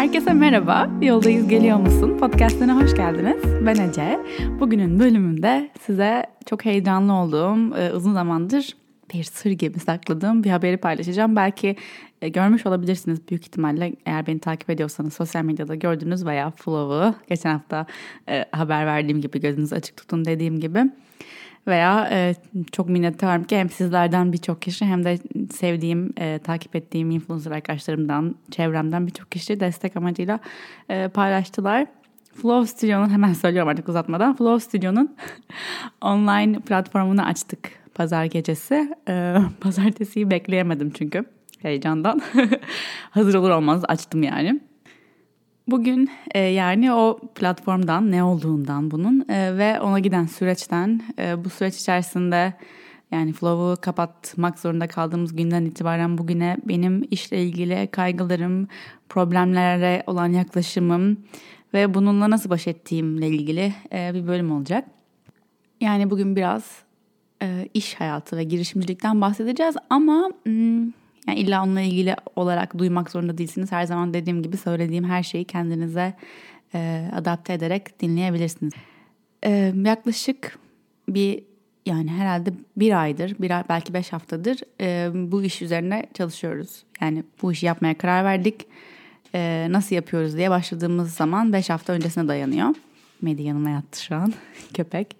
Herkese merhaba, Yoldayız Geliyor Musun? Podcast'ına hoş geldiniz. Ben Ece. Bugünün bölümünde size çok heyecanlı olduğum, uzun zamandır bir sır gibi sakladığım bir haberi paylaşacağım. Belki görmüş olabilirsiniz büyük ihtimalle, eğer beni takip ediyorsanız sosyal medyada gördünüz veya Flow'u geçen hafta haber verdiğim gibi gözünüzü açık tutun dediğim gibi. Veya çok minnettarım ki hem sizlerden birçok kişi hem de sevdiğim, takip ettiğim influencer arkadaşlarımdan, çevremden birçok kişi destek amacıyla paylaştılar. Flow Studio'nun, hemen söylüyorum artık uzatmadan, Flow Studio'nun online platformunu açtık pazar gecesi. Pazartesiyi bekleyemedim çünkü heyecandan. Hazır olur olmaz açtım yani. Bugün yani o platformdan, ne olduğundan bunun ve ona giden süreçten, bu süreç içerisinde yani Flow'u kapatmak zorunda kaldığımız günden itibaren bugüne benim işle ilgili kaygılarım, problemlere olan yaklaşımım ve bununla nasıl baş ettiğimle ilgili bir bölüm olacak. Yani bugün biraz iş hayatı ve girişimcilikten bahsedeceğiz ama yani illa onunla ilgili olarak duymak zorunda değilsiniz. Her zaman dediğim gibi söylediğim her şeyi kendinize adapte ederek dinleyebilirsiniz. Yaklaşık yani herhalde bir aydır, belki 5 haftadır bu iş üzerine çalışıyoruz. Yani bu işi yapmaya karar verdik. Nasıl yapıyoruz diye başladığımız zaman 5 hafta öncesine dayanıyor. Medi yanıma yattı şu an köpek.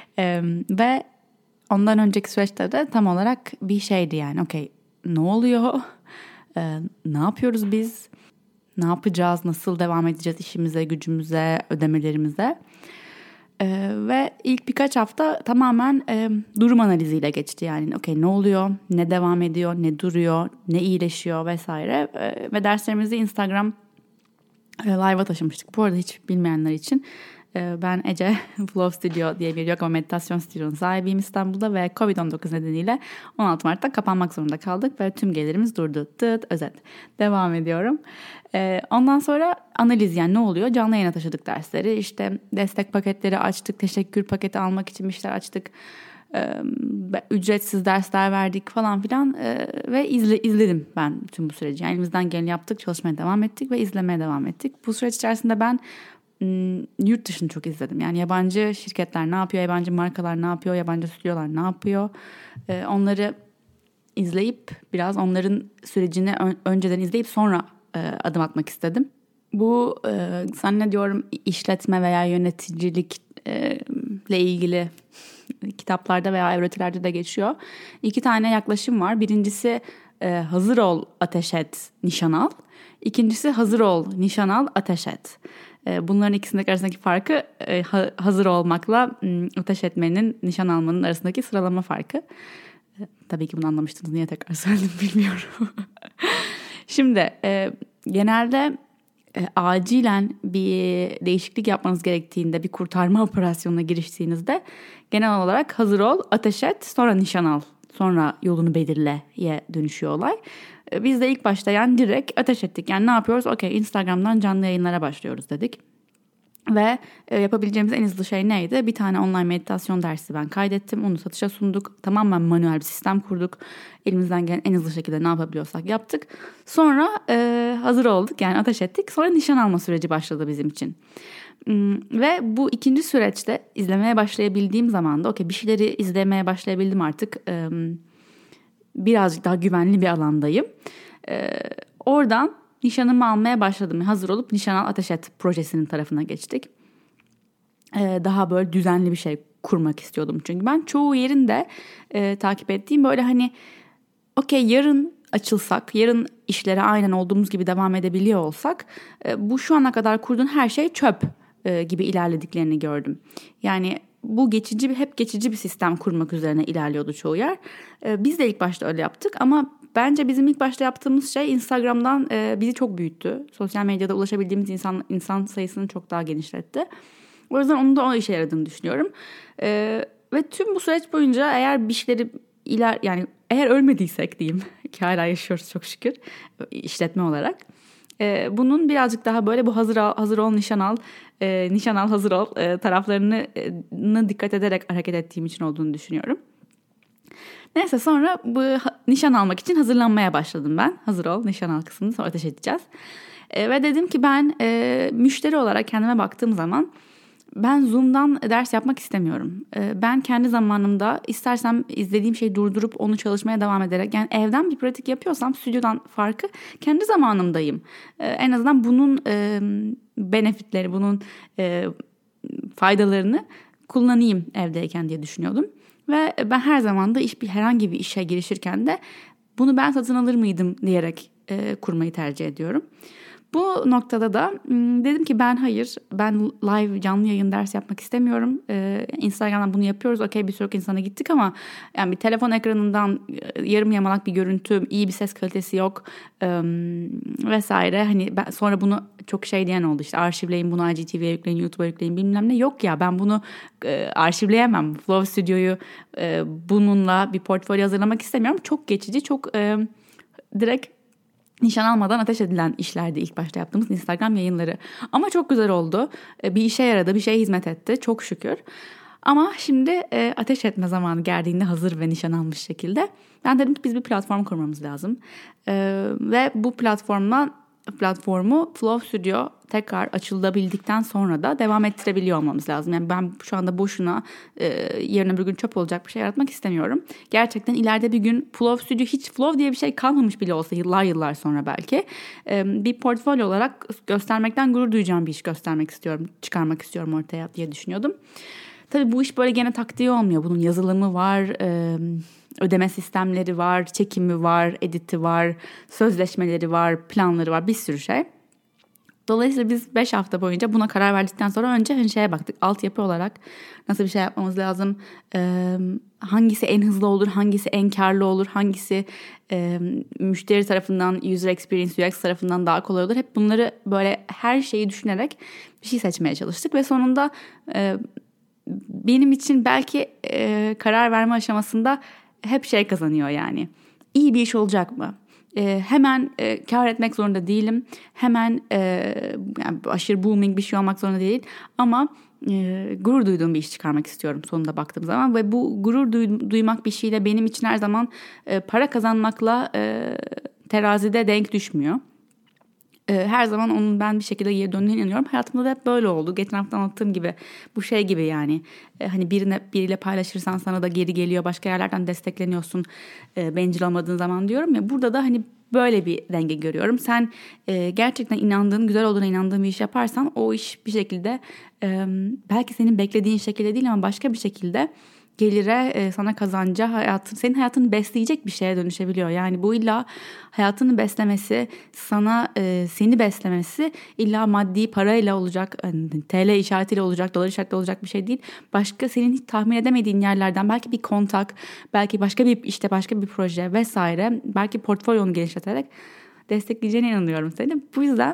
Ve ondan önceki süreçte de tam olarak bir şeydi yani. Okey, ne oluyor? Ne yapıyoruz biz? Ne yapacağız? Nasıl devam edeceğiz işimize, gücümüze, ödemelerimize? Ve ilk birkaç hafta tamamen durum analiziyle geçti. Yani okey, ne oluyor? Ne devam ediyor? Ne duruyor? Ne iyileşiyor vesaire. Ve derslerimizi Instagram Live'a taşımıştık. Bu arada hiç bilmeyenler için ben Ece, Flow Studio diye bir yoga meditasyon stüdyonun sahibiyim İstanbul'da ve Covid-19 nedeniyle 16 Mart'ta kapanmak zorunda kaldık ve tüm gelirimiz durdu. Özet. Devam ediyorum. Ondan sonra analiz, yani ne oluyor? Canlı yayına taşıdık dersleri. İşte destek paketleri açtık, teşekkür paketi almak için bir şeyler açtık. Ücretsiz dersler verdik falan filan ve izledim ben tüm bu süreci. Yani elimizden geleni yaptık, çalışmaya devam ettik ve izlemeye devam ettik. Bu süreç içerisinde ben yurt dışını çok izledim. Yani yabancı şirketler ne yapıyor, yabancı markalar ne yapıyor, yabancı stüdyolar ne yapıyor. Onları izleyip biraz onların sürecini önceden izleyip sonra adım atmak istedim. Bu zannediyorum işletme veya yöneticilikle ilgili kitaplarda veya öğretilerde de geçiyor. 2 tane yaklaşım var. Birincisi hazır ol, ateş et, nişan al. İkincisi hazır ol, nişan al, ateş et. Bunların ikisinin arasındaki farkı hazır olmakla ateş etmenin, nişan almanın arasındaki sıralama farkı. Tabii ki bunu anlamıştınız. Niye tekrar söyledim bilmiyorum. Şimdi genelde acilen bir değişiklik yapmanız gerektiğinde, bir kurtarma operasyonuna giriştiğinizde genel olarak hazır ol, ateş et, sonra nişan al, sonra yolunu belirleye dönüşüyor olay. Biz de ilk başta yani direkt ateş ettik. Yani ne yapıyoruz? Okey, Instagram'dan canlı yayınlara başlıyoruz dedik. Ve yapabileceğimiz en hızlı şey neydi? Bir tane online meditasyon dersi ben kaydettim. Onu satışa sunduk. Tamamen manuel bir sistem kurduk. Elimizden gelen en hızlı şekilde ne yapabiliyorsak yaptık. Sonra hazır olduk. Yani ateş ettik. Sonra nişan alma süreci başladı bizim için. Ve bu ikinci süreçte izlemeye başlayabildiğim zaman da okey, bir şeyleri izlemeye başlayabildim artık. Birazcık daha güvenli bir alandayım. Oradan nişanımı almaya başladım. Hazır olup nişan al, ateş et projesinin tarafına geçtik. Daha böyle düzenli bir şey kurmak istiyordum. Çünkü ben çoğu yerinde takip ettiğim böyle hani okey, yarın açılsak, yarın işlere aynen olduğumuz gibi devam edebiliyor olsak bu şu ana kadar kurduğun her şey çöp gibi ilerlediklerini gördüm. Yani bu hep geçici bir sistem kurmak üzerine ilerliyordu çoğu yer. Biz de ilk başta öyle yaptık ama bence bizim ilk başta yaptığımız şey Instagram'dan bizi çok büyüttü. Sosyal medyada ulaşabildiğimiz insan sayısını çok daha genişletti. O yüzden onun da o işe yaradığını düşünüyorum. Ve tüm bu süreç boyunca eğer bir şeyleri yani eğer ölmediysek diyeyim ki hala yaşıyoruz çok şükür işletme olarak. Bunun birazcık daha böyle bu hazır ol, nişan al, nişan al, hazır ol taraflarını dikkat ederek hareket ettiğim için olduğunu düşünüyorum. Neyse sonra bu nişan almak için hazırlanmaya başladım ben. Hazır ol, nişan al kısmını sonra ateş edeceğiz. Ve dedim ki ben müşteri olarak kendime baktığım zaman ben Zoom'dan ders yapmak istemiyorum. Ben kendi zamanımda istersem izlediğim şeyi durdurup onu çalışmaya devam ederek, yani evden bir pratik yapıyorsam stüdyodan farkı kendi zamanımdayım. En azından bunun benefitleri, bunun faydalarını kullanayım evdeyken diye düşünüyordum. Ve ben her zaman da herhangi bir işe girişirken de bunu ben satın alır mıydım diyerek kurmayı tercih ediyorum. Bu noktada da dedim ki ben live canlı yayın ders yapmak istemiyorum. Instagram'dan bunu yapıyoruz. Okey, bir sürü insana gittik ama yani bir telefon ekranından yarım yamalak bir görüntü, iyi bir ses kalitesi yok vesaire. Hani ben sonra bunu çok diyen oldu, işte arşivleyin bunu, IGTV'ye yükleyin, YouTube'a yükleyin, bilmem ne. Yok ya, ben bunu arşivleyemem. Flow Studio'yu bununla bir portfolyo hazırlamak istemiyorum. Çok geçici, çok direkt nişan almadan ateş edilen işlerdi ilk başta yaptığımız Instagram yayınları. Ama çok güzel oldu. Bir işe yaradı, bir şeye hizmet etti. Çok şükür. Ama şimdi ateş etme zamanı geldiğinde hazır ve nişan almış şekilde ben dedim ki biz bir platform kurmamız lazım. Ve bu platformu Flow Studio tekrar açılabildikten sonra da devam ettirebiliyor olmamız lazım. Yani ben şu anda boşuna yarın öbür gün çöp olacak bir şey yaratmak istemiyorum. Gerçekten ileride bir gün Flow Studio, hiç Flow diye bir şey kalmamış bile olsa yıllar sonra belki bir portfolyo olarak göstermekten gurur duyacağım bir iş çıkarmak istiyorum ortaya diye düşünüyordum. Tabii bu iş böyle gene taktiği olmuyor. Bunun yazılımı var, ödeme sistemleri var, çekimi var, editi var, sözleşmeleri var, planları var, bir sürü şey. Dolayısıyla biz 5 hafta boyunca buna karar verdikten sonra önce şeye baktık. Altyapı olarak nasıl bir şey yapmamız lazım? Hangisi en hızlı olur? Hangisi en karlı olur? Hangisi müşteri tarafından, user experience, UX tarafından daha kolay olur? Hep bunları böyle her şeyi düşünerek bir şey seçmeye çalıştık. Ve sonunda benim için belki karar verme aşamasında hep kazanıyor yani. İyi bir iş olacak mı? Hemen kar etmek zorunda değilim. Hemen yani aşırı booming bir şey olmak zorunda değil. Ama gurur duyduğum bir iş çıkarmak istiyorum sonunda baktığım zaman. Ve bu gurur duymak bir şeyle benim için her zaman para kazanmakla terazide denk düşmüyor. Her zaman onun ben bir şekilde geri döndüğüne inanıyorum. Hayatımda da hep böyle oldu. Geçen hafta anlattığım gibi bu gibi yani. Hani biriyle paylaşırsan sana da geri geliyor. Başka yerlerden destekleniyorsun. Bencil olmadığın zaman diyorum ya. Burada da hani böyle bir denge görüyorum. Sen gerçekten inandığın, güzel olduğuna inandığın bir iş yaparsan o iş bir şekilde belki senin beklediğin şekilde değil ama başka bir şekilde gelire, sana kazanca, senin hayatını besleyecek bir şeye dönüşebiliyor. Yani bu illa hayatını beslemesi, seni beslemesi illa maddi parayla olacak, TL işaretiyle olacak, dolar işaretiyle olacak bir şey değil. Başka senin hiç tahmin edemediğin yerlerden belki bir kontak, belki başka bir proje vesaire, belki portfolyonu genişleterek destekleyeceğine inanıyorum seni. Bu yüzden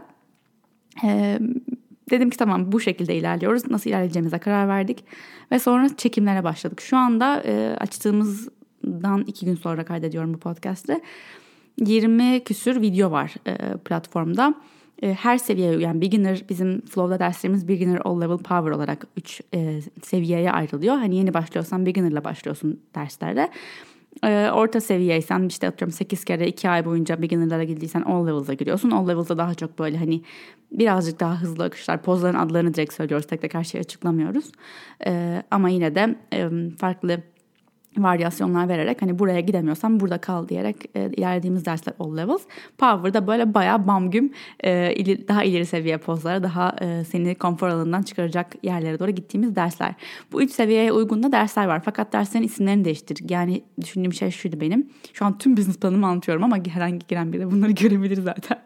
dedim ki tamam, bu şekilde ilerliyoruz. Nasıl ilerleyeceğimize karar verdik. Ve sonra çekimlere başladık. Şu anda açtığımızdan 2 gün sonra kaydediyorum bu podcast'ı. 20 küsür video var platformda. Her seviyeye, yani beginner, bizim Flow'da derslerimiz beginner, all level, power olarak 3 seviyeye ayrılıyor. Hani yeni başlıyorsan beginner'la başlıyorsun derslerde. Orta seviyeysen işte atıyorum 8 kere 2 ay boyunca beginner'lara girdiysen all level'da giriyorsun. All level'da daha çok böyle hani birazcık daha hızlı akışlar, pozların adlarını direkt söylüyoruz. Tek tek her şeyi açıklamıyoruz. Ama yine de farklı varyasyonlar vererek hani buraya gidemiyorsan burada kal diyerek ilerlediğimiz dersler all levels. Power'da böyle bayağı bam güm daha ileri seviye pozlara, daha seni konfor alanından çıkaracak yerlere doğru gittiğimiz dersler. Bu 3 seviyeye uygun da dersler var. Fakat derslerin isimlerini değiştirdik. Yani düşündüğüm şey şuydu benim. Şu an tüm business planımı anlatıyorum ama herhangi giren biri de bunları görebilir zaten.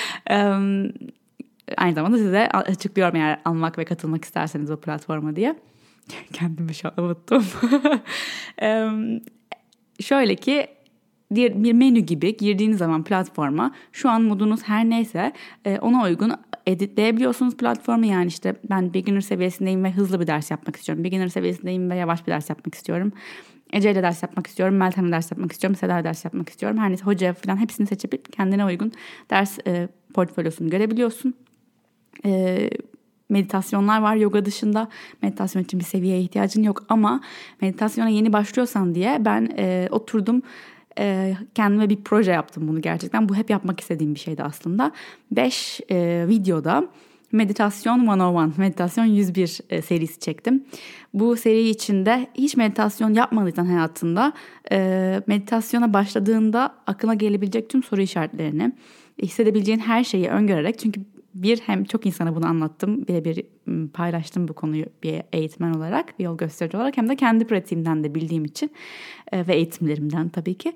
Aynı zamanda size açıklıyorum eğer almak ve katılmak isterseniz o platforma diye. Kendimi şu an avuttum. Şöyle ki bir menü gibi girdiğiniz zaman platforma şu an modunuz her neyse ona uygun editleyebiliyorsunuz platformu. Yani işte ben beginner seviyesindeyim ve hızlı bir ders yapmak istiyorum. Beginner seviyesindeyim ve yavaş bir ders yapmak istiyorum. Ece'yle ders yapmak istiyorum. Meltem'le ders yapmak istiyorum. Seda'yla ders yapmak istiyorum. Her neyse hoca falan hepsini seçip kendine uygun ders portfolyosunu görebiliyorsun. meditasyonlar var yoga dışında. Meditasyon için bir seviyeye ihtiyacın yok ama meditasyona yeni başlıyorsan diye ben oturdum. Kendime bir proje yaptım bunu gerçekten. Bu hep yapmak istediğim bir şeydi aslında. 5 videoda Meditasyon 101, Meditasyon 101 serisi çektim. Bu seri içinde hiç meditasyon yapmadıysan hayatında meditasyona başladığında aklına gelebilecek tüm soru işaretlerini, hissedebileceğin her şeyi öngörerek, çünkü hem çok insana bunu anlattım, birebir paylaştım bu konuyu bir eğitmen olarak, bir yol gösterici olarak, hem de kendi pratiğimden de bildiğim için ve eğitimlerimden tabii ki.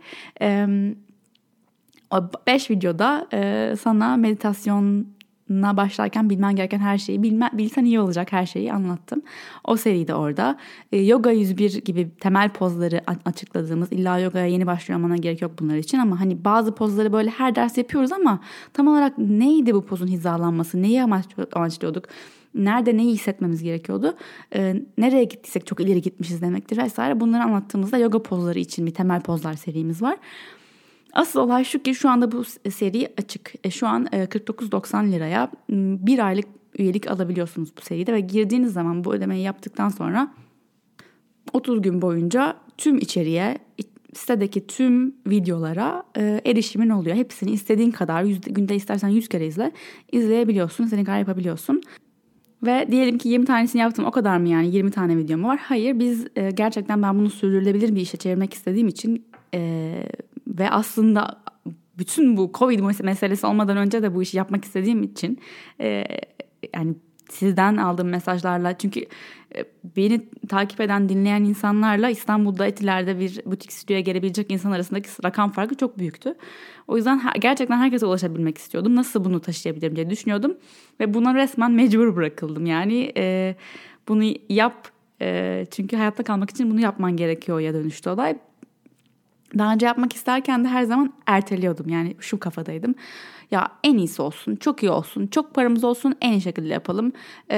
O 5 videoda sana meditasyona başlarken bilmen gereken her şeyi, bilsen iyi olacak her şeyi anlattım. O seride orada. Yoga 101 gibi temel pozları açıkladığımız, illa yogaya yeni başlamana gerek yok bunlar için ama hani bazı pozları böyle her ders yapıyoruz ama tam olarak neydi bu pozun hizalanması, neyi amaçlıyorduk? Nerede neyi hissetmemiz gerekiyordu? Nereye gittiysek çok ileri gitmişiz demektir vesaire. Bunları anlattığımızda yoga pozları için bir temel pozlar serimiz var. Asıl olay şu ki şu anda bu seri açık. Şu an 49.90 liraya bir aylık üyelik alabiliyorsunuz bu seride ve girdiğiniz zaman bu ödemeyi yaptıktan sonra 30 gün boyunca tüm içeriğe, sitedeki tüm videolara erişimin oluyor. Hepsini istediğin kadar, günde istersen 100 kere izleyebiliyorsun, istediğin kadar yapabiliyorsun. Ve diyelim ki 20 tanesini yaptım, o kadar mı yani, 20 tane video mu var? Hayır, biz gerçekten ben bunu sürdürülebilir bir işe çevirmek istediğim için ve aslında bütün bu Covid meselesi olmadan önce de bu işi yapmak istediğim için yani sizden aldığım mesajlarla, çünkü beni takip eden, dinleyen insanlarla İstanbul'da Etiler'de bir butik stüdyoya gelebilecek insan arasındaki rakam farkı çok büyüktü. O yüzden gerçekten herkese ulaşabilmek istiyordum. Nasıl bunu taşıyabilirim diye düşünüyordum ve buna resmen mecbur bırakıldım. Yani bunu yap, çünkü hayatta kalmak için bunu yapman gerekiyor ya dönüştü olay. Daha önce yapmak isterken de her zaman erteliyordum. Yani şu kafadaydım. Ya en iyisi olsun, çok iyi olsun, çok paramız olsun, en iyi şekilde yapalım.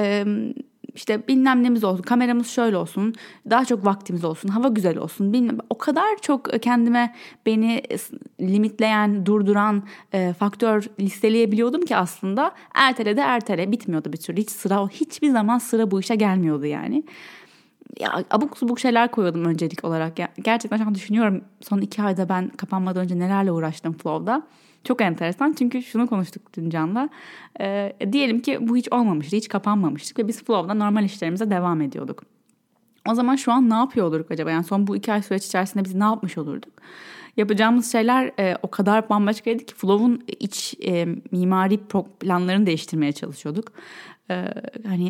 İşte bilmem nemiz olsun, kameramız şöyle olsun, daha çok vaktimiz olsun, hava güzel olsun. Bilmem. O kadar çok kendime beni limitleyen, durduran faktör listeleyebiliyordum ki aslında ertele bitmiyordu bir türlü. Hiçbir zaman sıra bu işe gelmiyordu yani. Ya abuk subuk şeyler koyuyordum öncelik olarak. Ya, gerçekten şu an düşünüyorum son 2 ayda ben kapanmadan önce nelerle uğraştım Flow'da. Çok enteresan, çünkü şunu konuştuk dün Can'la. Diyelim ki bu hiç olmamıştı, hiç kapanmamıştık ve biz Flow'da normal işlerimize devam ediyorduk. O zaman şu an ne yapıyor olurduk acaba? Yani son bu 2 ay süreç içerisinde biz ne yapmış olurduk? Yapacağımız şeyler o kadar bambaşkaydı ki Flow'un iç mimari planlarını değiştirmeye çalışıyorduk. Hani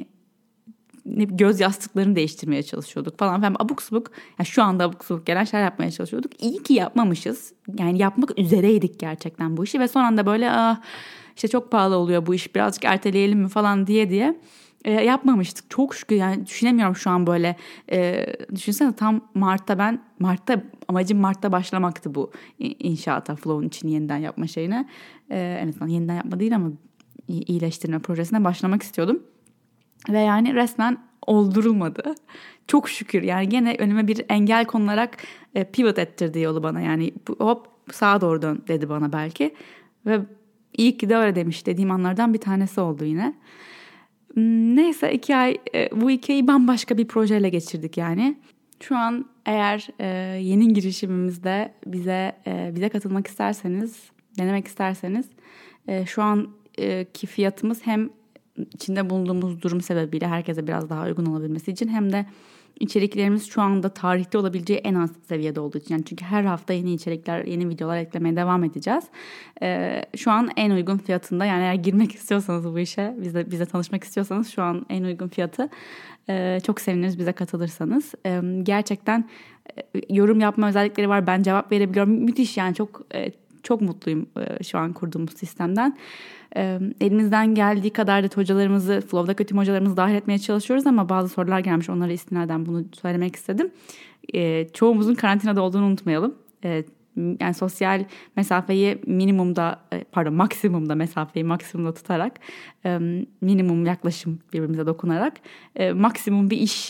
göz yastıklarını değiştirmeye çalışıyorduk falan. Abuk subuk, yani şu anda abuk subuk gelen şeyler yapmaya çalışıyorduk. İyi ki yapmamışız. Yani yapmak üzereydik gerçekten bu işi ve son anda böyle işte çok pahalı oluyor bu iş, birazcık erteleyelim mi falan diye yapmamıştık. Çok şükür, yani düşünemiyorum şu an böyle. Düşünsene, tam Mart'ta amacım Mart'ta başlamaktı bu inşaata, Flow'un için yeniden yapma şeyine. En azından yeniden yapma değil ama iyileştirme projesine başlamak istiyordum. Ve yani resmen oldurulmadı. Çok şükür, yani gene önüme bir engel konularak pivot ettirdi yolu bana. Yani hop sağa doğru dön dedi bana belki. Ve iyi ki de öyle demiş dediğim anlardan bir tanesi oldu yine. Neyse 2 ay, bu 2 ayı bambaşka bir projeyle geçirdik yani. Şu an eğer yeni girişimimizde bize katılmak isterseniz, denemek isterseniz, şu anki fiyatımız hem içinde bulunduğumuz durum sebebiyle herkese biraz daha uygun olabilmesi için, hem de içeriklerimiz şu anda tarihte olabileceği en az seviyede olduğu için. Yani çünkü her hafta yeni içerikler, yeni videolar eklemeye devam edeceğiz. Şu an en uygun fiyatında, yani eğer girmek istiyorsanız bu işe, bize tanışmak istiyorsanız şu an en uygun fiyatı. Çok seviniriz bize katılırsanız. Gerçekten yorum yapma özellikleri var. Ben cevap verebiliyorum. Müthiş yani, çok mutluyum şu an kurduğumuz sistemden. Elimizden geldiği kadar da hocalarımızı, Flow'daki tüm hocalarımızı dahil etmeye çalışıyoruz ama bazı sorular gelmiş. Onlara istinaden bunu söylemek istedim. Çoğumuzun karantinada olduğunu unutmayalım. Yani sosyal mesafeyi maksimumda mesafeyi maksimumda tutarak, minimum yaklaşım birbirimize dokunarak maksimum bir iş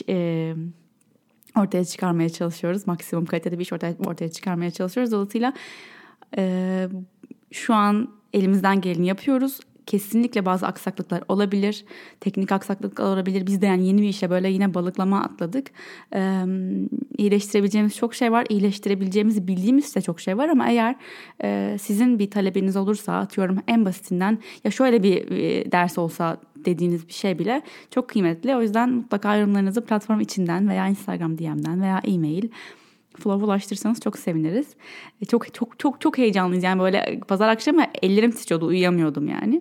ortaya çıkarmaya çalışıyoruz. Maksimum kalitede bir iş ortaya çıkarmaya çalışıyoruz. Dolayısıyla şu an elimizden geleni yapıyoruz. kesinlikle bazı aksaklıklar olabilir. Teknik aksaklıklar olabilir. Biz de yani yeni bir işe böyle yine balıklama atladık. İyileştirebileceğimiz çok şey var. İyileştirebileceğimizi bildiğimiz de çok şey var ama eğer sizin bir talebiniz olursa, atıyorum en basitinden ya şöyle bir ders olsa dediğiniz bir şey bile çok kıymetli. O yüzden mutlaka yorumlarınızı platform içinden veya Instagram DM'den veya e-mail Flow'a ulaştırırsanız çok seviniriz. Çok çok çok çok heyecanlıyız. Yani böyle pazar akşamı ellerim titriyordu, uyuyamıyordum yani.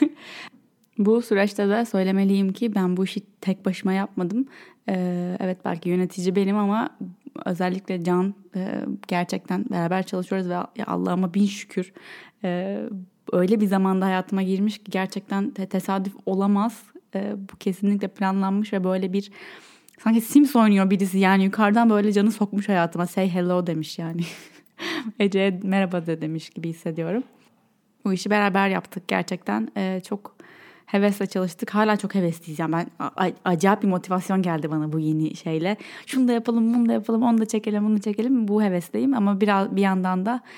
Bu süreçte de söylemeliyim ki ben bu işi tek başıma yapmadım. Evet, belki yönetici benim ama özellikle Can, gerçekten beraber çalışıyoruz ve ya Allah'ıma bin şükür öyle bir zamanda hayatıma girmiş ki gerçekten tesadüf olamaz. Bu kesinlikle planlanmış ve böyle bir sanki Sims oynuyor birisi, yani yukarıdan böyle canı sokmuş hayatıma, say hello demiş yani. Ece'ye merhaba de demiş gibi hissediyorum. Bu işi beraber yaptık gerçekten. Çok hevesle çalıştık. Hala çok hevesliyiz. Yani ben acayip bir motivasyon geldi bana bu yeni şeyle. Şunu da yapalım, bunu da yapalım, onu da çekelim, bunu da çekelim. Bu hevesliyim ama bir yandan da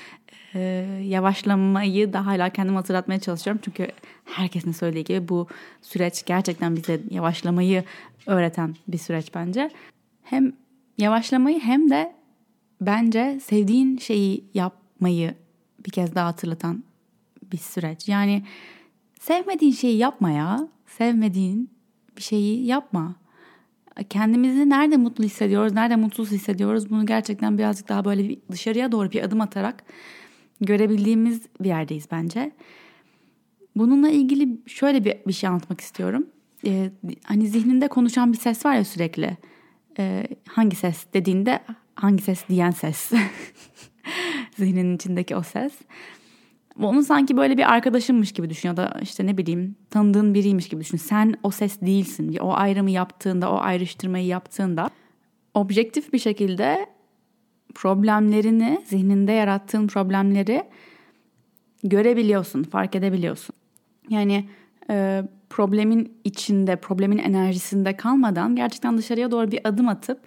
yavaşlamayı da hala kendime hatırlatmaya çalışıyorum. Çünkü herkesin söylediği gibi bu süreç gerçekten bize yavaşlamayı öğreten bir süreç bence. Hem yavaşlamayı hem de bence sevdiğin şeyi yapmayı bir kez daha hatırlatan bir süreç. Yani sevmediğin şeyi yapma ya. Sevmediğin bir şeyi yapma. Kendimizi nerede mutlu hissediyoruz, nerede mutsuz hissediyoruz, bunu gerçekten birazcık daha böyle dışarıya doğru bir adım atarak görebildiğimiz bir yerdeyiz bence. Bununla ilgili şöyle bir şey anlatmak istiyorum. Hani zihninde konuşan bir ses var ya sürekli. Hangi ses dediğinde hangi ses diyen ses. Zihninin içindeki o ses. Onu sanki böyle bir arkadaşınmış gibi düşün ya da işte ne bileyim tanıdığın biriymiş gibi düşün. Sen o ses değilsin. O ayrımı yaptığında, o ayrıştırmayı yaptığında objektif bir şekilde problemlerini, zihninde yarattığın problemleri görebiliyorsun, fark edebiliyorsun. Yani problemin içinde, problemin enerjisinde kalmadan gerçekten dışarıya doğru bir adım atıp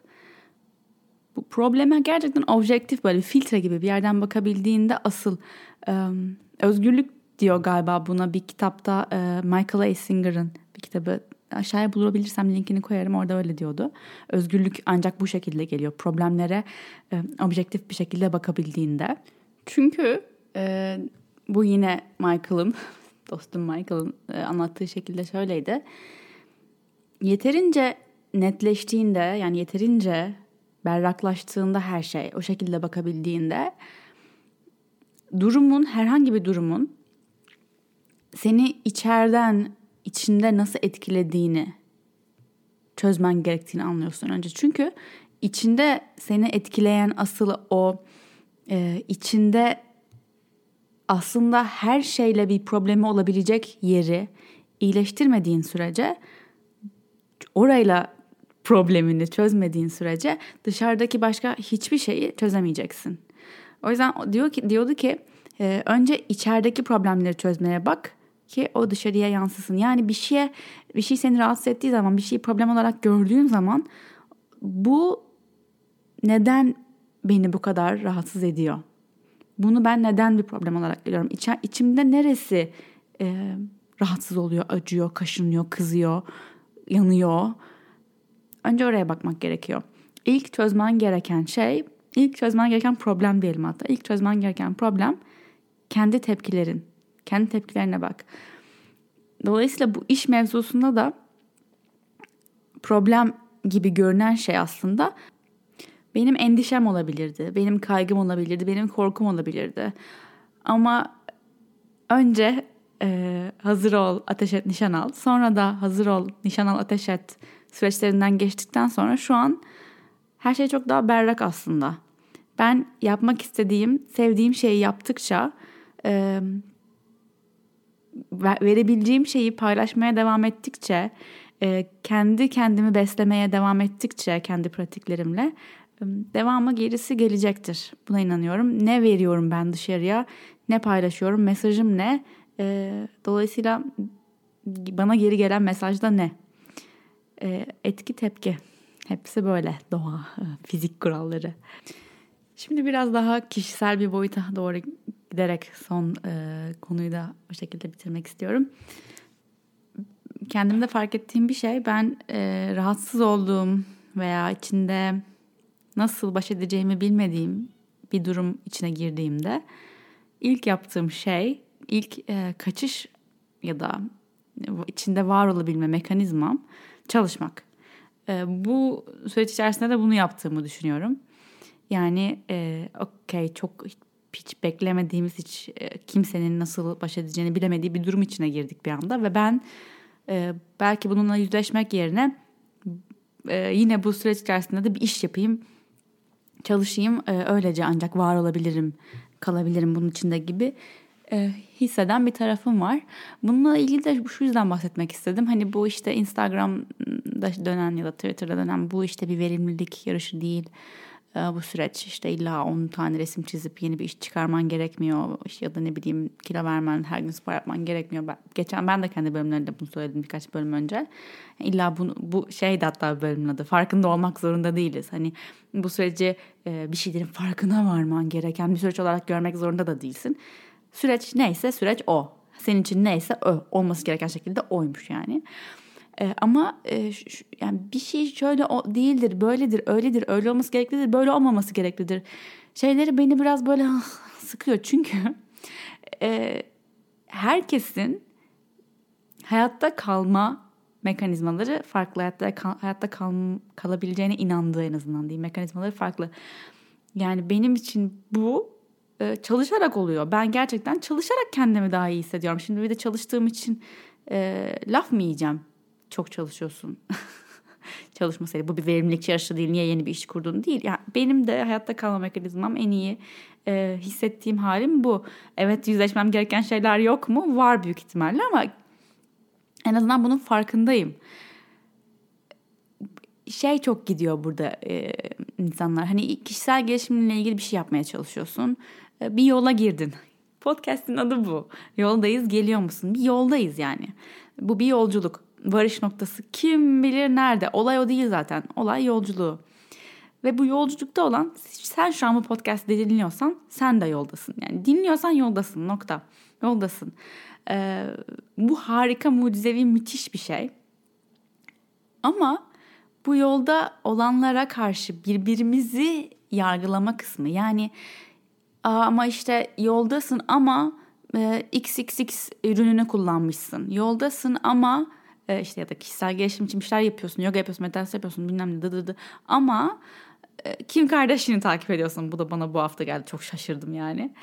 bu probleme gerçekten objektif böyle filtre gibi bir yerden bakabildiğinde asıl özgürlük diyor galiba buna bir kitapta, Michael A. Singer'ın bir kitabı, aşağıya bulabilirsem linkini koyarım, orada öyle diyordu. Özgürlük ancak bu şekilde geliyor, problemlere objektif bir şekilde bakabildiğinde. Çünkü bu yine Michael'ın dostum Michael'ın anlattığı şekilde şöyleydi. Yeterince netleştiğinde, yani yeterince berraklaştığında her şey, o şekilde bakabildiğinde herhangi bir durumun seni içinde nasıl etkilediğini çözmen gerektiğini anlıyorsun önce. Çünkü içinde seni etkileyen asıl o içinde aslında her şeyle bir problemi olabilecek yeri iyileştirmediğin sürece, orayla problemini çözmediğin sürece dışarıdaki başka hiçbir şeyi çözemeyeceksin. O yüzden diyordu ki önce içerideki problemleri çözmeye bak ki o dışarıya yansısın. Yani bir şey seni rahatsız ettiği zaman, bir şeyi problem olarak gördüğün zaman bu neden beni bu kadar rahatsız ediyor? Bunu ben neden bir problem olarak görüyorum? İçimde neresi rahatsız oluyor, acıyor, kaşınıyor, kızıyor, yanıyor? Önce oraya bakmak gerekiyor. İlk çözmen gereken problem diyelim hatta. İlk çözmen gereken problem kendi tepkilerin. Kendi tepkilerine bak. Dolayısıyla bu iş mevzusunda da problem gibi görünen şey aslında benim endişem olabilirdi, benim kaygım olabilirdi, benim korkum olabilirdi. Ama önce hazır ol, ateş et, nişan al. Sonra da hazır ol, nişan al, ateş et süreçlerinden geçtikten sonra şu an her şey çok daha berrak aslında. Ben yapmak istediğim, sevdiğim şeyi yaptıkça, verebileceğim şeyi paylaşmaya devam ettikçe, kendi kendimi beslemeye devam ettikçe kendi pratiklerimle devamı gerisi gelecektir. Buna inanıyorum. Ne veriyorum ben dışarıya, ne paylaşıyorum, mesajım ne? Dolayısıyla bana geri gelen mesajda ne? Etki, tepki. Hepsi böyle doğa, fizik kuralları. Şimdi biraz daha kişisel bir boyuta doğru giderek son konuyu da bu şekilde bitirmek istiyorum. Kendimde fark ettiğim bir şey, ben rahatsız olduğum veya içinde nasıl baş edeceğimi bilmediğim bir durum içine girdiğimde ilk yaptığım şey, ilk kaçış ya da içinde var olabilme mekanizmam çalışmak. Bu süreç içerisinde de bunu yaptığımı düşünüyorum. Yani okey, çok hiç beklemediğimiz, hiç kimsenin nasıl baş edeceğini bilemediği bir durum içine girdik bir anda ve ben belki bununla yüzleşmek yerine yine bu süreç içerisinde de bir iş yapayım, çalışayım, öylece ancak var olabilirim, kalabilirim bunun içinde gibi hisseden bir tarafım var. Bununla ilgili de şu yüzden bahsetmek istedim. Hani bu işte Instagram'da dönen ya da Twitter'da dönen bu işte bir verimlilik yarışı değil. Bu süreç işte illa 10 tane resim çizip yeni bir iş çıkarman gerekmiyor. Ya da ne bileyim kilo vermen, her gün spor yapman gerekmiyor. Ben de kendi bölümlerinde bunu söyledim birkaç bölüm önce. İlla bu şey de hatta bölümün adı. Farkında olmak zorunda değiliz. Hani bu süreci bir şeylerin farkına varman gereken bir süreç olarak görmek zorunda da değilsin. Süreç neyse süreç o. Senin için neyse o. Olması gereken şekilde oymuş yani. Ama yani bir şey şöyle değildir, böyledir, öyledir, öyle olması gereklidir, böyle olmaması gereklidir. Şeyleri beni biraz böyle sıkıyor. Çünkü herkesin hayatta kalma mekanizmaları farklı. Hayatta kalabileceğine inandığı, en azından diyeyim, mekanizmaları farklı. Yani benim için bu çalışarak oluyor. Ben gerçekten çalışarak kendimi daha iyi hissediyorum. Şimdi bir de çalıştığım için laf mı yiyeceğim? Çok çalışıyorsun. Çalışmasaydı, bu bir verimlilik yarışı değil, niye yeni bir iş kurdun değil. Yani benim de hayatta kalma mekanizmam, en iyi hissettiğim halim bu. Evet, yüzleşmem gereken şeyler yok mu? Var büyük ihtimalle ama en azından bunun farkındayım. Şey çok gidiyor burada insanlar. Hani kişisel gelişimle ilgili bir şey yapmaya çalışıyorsun. Bir yola girdin. Podcast'in adı bu. Yoldayız, geliyor musun? Bir yoldayız yani. Bu bir yolculuk. Varış noktası kim bilir nerede. Olay o değil zaten. Olay yolculuğu. Ve bu yolculukta olan, sen şu an bu podcast'ı dinliyorsan sen de yoldasın. Yani dinliyorsan yoldasın, nokta. Yoldasın. Bu harika, mucizevi, müthiş bir şey. Ama bu yolda olanlara karşı birbirimizi yargılama kısmı. Yani ama işte yoldasın ama XXX ürününü kullanmışsın. Yoldasın ama işte ya da kişisel gelişim için bir şeyler yapıyorsun. Yoga yapıyorsun, meditasyon yapıyorsun, bilmem ne dı. Ama Kim Kardashian'ı takip ediyorsun. Bu da bana bu hafta geldi. Çok şaşırdım yani.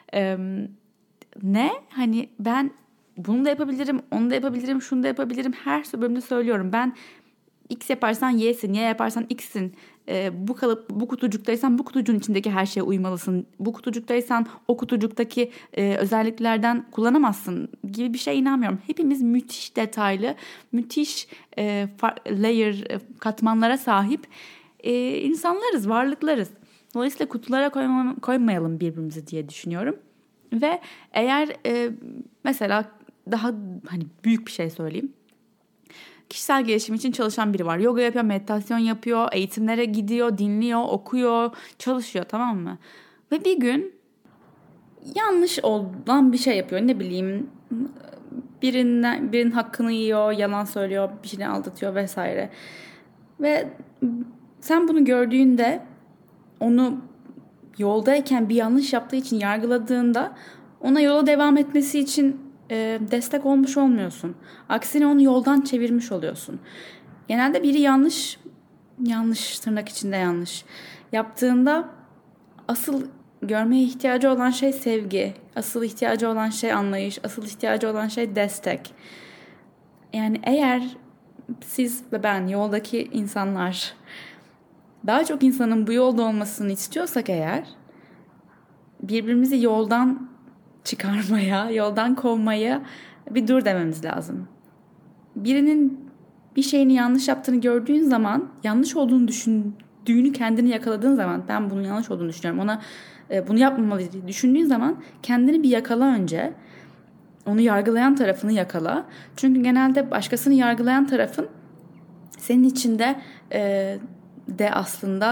Ne? Hani ben bunu da yapabilirim, onu da yapabilirim, şunu da yapabilirim. Her bölümde söylüyorum. Ben X yaparsan Y'sin, Y yaparsan X'sin. Bu kutucuktaysan bu kutucuğun içindeki her şeye uymalısın. Bu kutucuktaysan o kutucuktaki özelliklerden kullanamazsın gibi bir şeye inanmıyorum. Hepimiz müthiş detaylı, müthiş katmanlara sahip insanlarız, varlıklarız. Dolayısıyla kutulara koymayalım birbirimizi diye düşünüyorum. Ve eğer mesela daha hani büyük bir şey söyleyeyim. Kişisel gelişim için çalışan biri var. Yoga yapıyor, meditasyon yapıyor, eğitimlere gidiyor, dinliyor, okuyor, çalışıyor, tamam mı? Ve bir gün yanlış olan bir şey yapıyor. Ne bileyim, birinin hakkını yiyor, yalan söylüyor, bir şeyini aldatıyor vesaire. Ve sen bunu gördüğünde, onu yoldayken bir yanlış yaptığı için yargıladığında, ona yola devam etmesi için destek olmuş olmuyorsun. Aksine onu yoldan çevirmiş oluyorsun. Genelde biri yanlış tırnak içinde yanlış yaptığında asıl görmeye ihtiyacı olan şey sevgi, asıl ihtiyacı olan şey anlayış, asıl ihtiyacı olan şey destek. Yani eğer siz ve ben, yoldaki insanlar, daha çok insanın bu yolda olmasını istiyorsak eğer, birbirimizi yoldan çıkarmaya, yoldan kovmaya bir dur dememiz lazım. Birinin bir şeyini yanlış yaptığını gördüğün zaman, yanlış olduğunu düşündüğünü kendini yakaladığın zaman, ben bunun yanlış olduğunu düşünüyorum, ona bunu yapmamalıydı diye düşündüğün zaman kendini bir yakala önce. Onu yargılayan tarafını yakala. Çünkü genelde başkasını yargılayan tarafın senin içinde de aslında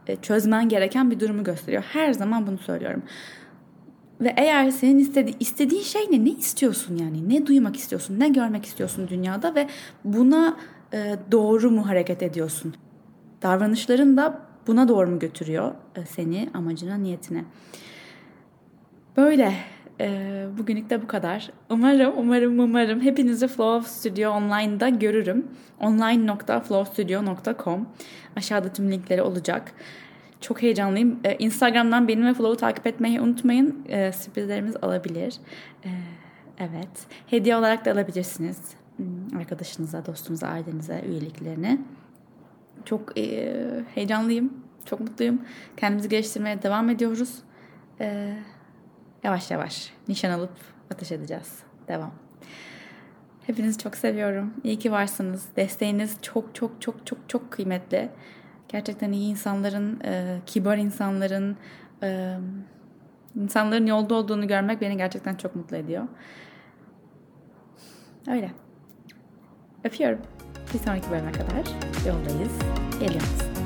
çözmen gereken bir durumu gösteriyor. Her zaman bunu söylüyorum. Ve eğer senin istediğin şey ne? Ne istiyorsun yani? Ne duymak istiyorsun? Ne görmek istiyorsun dünyada? Ve buna doğru mu hareket ediyorsun? Davranışların da buna doğru mu götürüyor seni amacına, niyetine? Böyle. Bugünlük de bu kadar. Umarım hepinizi Flow Studio Online'da görürüm. online.flowstudio.com. Aşağıda tüm linkleri olacak. Çok heyecanlıyım. Instagram'dan beni ve Flow'u takip etmeyi unutmayın. Sürprizlerimiz olabilir. Evet. Hediye olarak da alabilirsiniz. Arkadaşınıza, dostunuza, ailenize üyeliklerini. Çok heyecanlıyım. Çok mutluyum. Kendimizi geliştirmeye devam ediyoruz. Yavaş yavaş nişan alıp ateş edeceğiz. Devam. Hepinizi çok seviyorum. İyi ki varsınız. Desteğiniz çok çok çok çok çok kıymetli. Gerçekten iyi insanların, kibar insanların yolda olduğunu görmek beni gerçekten çok mutlu ediyor. Öyle. Öpüyorum. Bir sonraki bölüme kadar yoldayız. Geliyoruz.